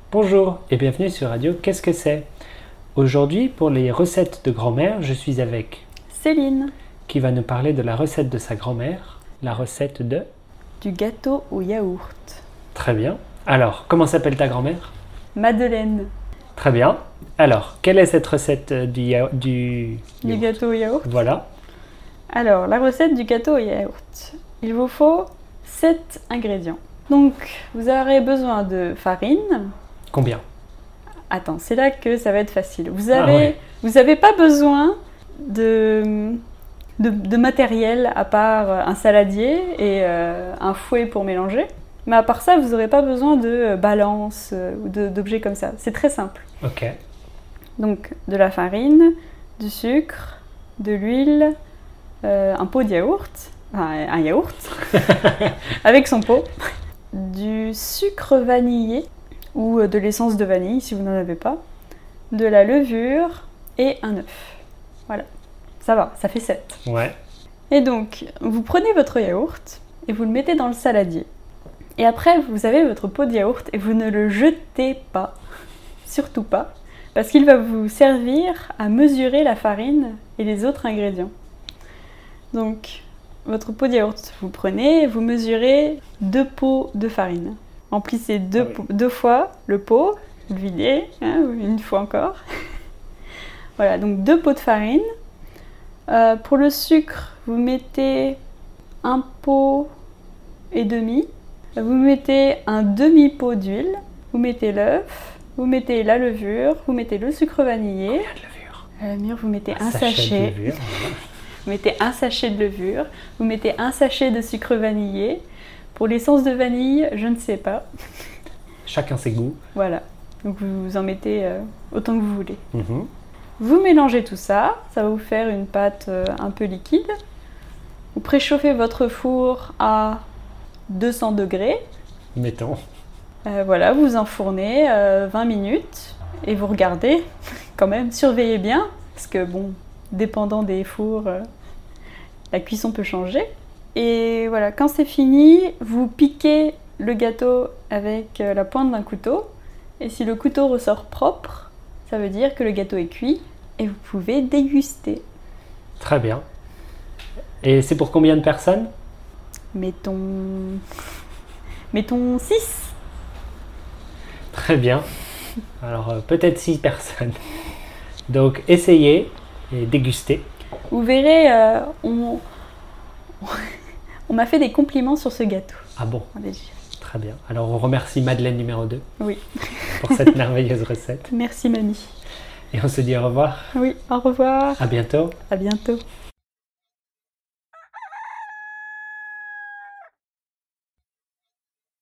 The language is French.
Bonjour et bienvenue sur Radio Qu'est-ce que c'est? Aujourd'hui, pour les recettes de grand-mère, je suis avec Céline, qui va nous parler de la recette de sa grand-mère, la recette de... du gâteau au yaourt. Très bien. Alors, comment s'appelle ta grand-mère? Madeleine, Très bien. Alors, quelle est cette recette du du gâteau au yaourt. Voilà. Alors, la recette du gâteau au yaourt. Il vous faut 7 ingrédients. Donc, vous aurez besoin de farine. Combien? Attends, c'est là que ça va être facile. Vous Ah ouais. avez pas besoin de matériel à part un saladier et un fouet pour mélanger. Mais à part ça, vous n'aurez pas besoin de balance ou d'objets comme ça. C'est très simple. Ok. Donc, de la farine, du sucre, de l'huile, un pot de yaourt, enfin, un yaourt, avec son pot, du sucre vanillé ou de l'essence de vanille si vous n'en avez pas, de la levure et un œuf. Voilà, ça va, ça fait 7. Ouais. Et donc, vous prenez votre yaourt et vous le mettez dans le saladier. Et après, vous avez votre pot de yaourt et vous ne le jetez pas, surtout pas, parce qu'il va vous servir à mesurer la farine et les autres ingrédients. Donc, votre pot de yaourt, vous prenez, vous mesurez 2 pots de farine. Remplissez deux fois le pot, vous le videz, une fois encore. Voilà, donc 2 pots de farine. Pour le sucre, vous mettez 1 pot et demi. Vous mettez un demi-pot d'huile. Vous mettez l'œuf. Vous mettez la levure. Vous mettez le sucre vanillé. Combien de levure? À la levure, vous mettez un sachet sachet. de levure, voilà. Vous mettez un sachet de levure. Vous mettez un sachet de sucre vanillé. Pour l'essence de vanille, je ne sais pas. Chacun ses goûts. Voilà. Donc vous en mettez autant que vous voulez. Mhm. Vous mélangez tout ça, ça va vous faire une pâte un peu liquide. Vous préchauffez votre four à 200 degrés. Mettons. Voilà, vous enfournez 20 minutes et vous regardez quand même, surveillez bien, parce que bon, dépendant des fours, la cuisson peut changer. Et voilà, quand c'est fini, vous piquez le gâteau avec la pointe d'un couteau. Et si le couteau ressort propre, ça veut dire que le gâteau est cuit et vous pouvez déguster. Très bien. Et c'est pour combien de personnes? Mettons 6. Très bien. Alors, peut-être 6 personnes. Donc, essayez et dégustez. Vous verrez, on m'a fait des compliments sur ce gâteau. Ah bon? On va dire. Très bien. Alors, on remercie Madeleine numéro 2 Oui. pour cette merveilleuse recette. Merci mamie. Et on se dit au revoir. Oui, au revoir. À bientôt. À bientôt.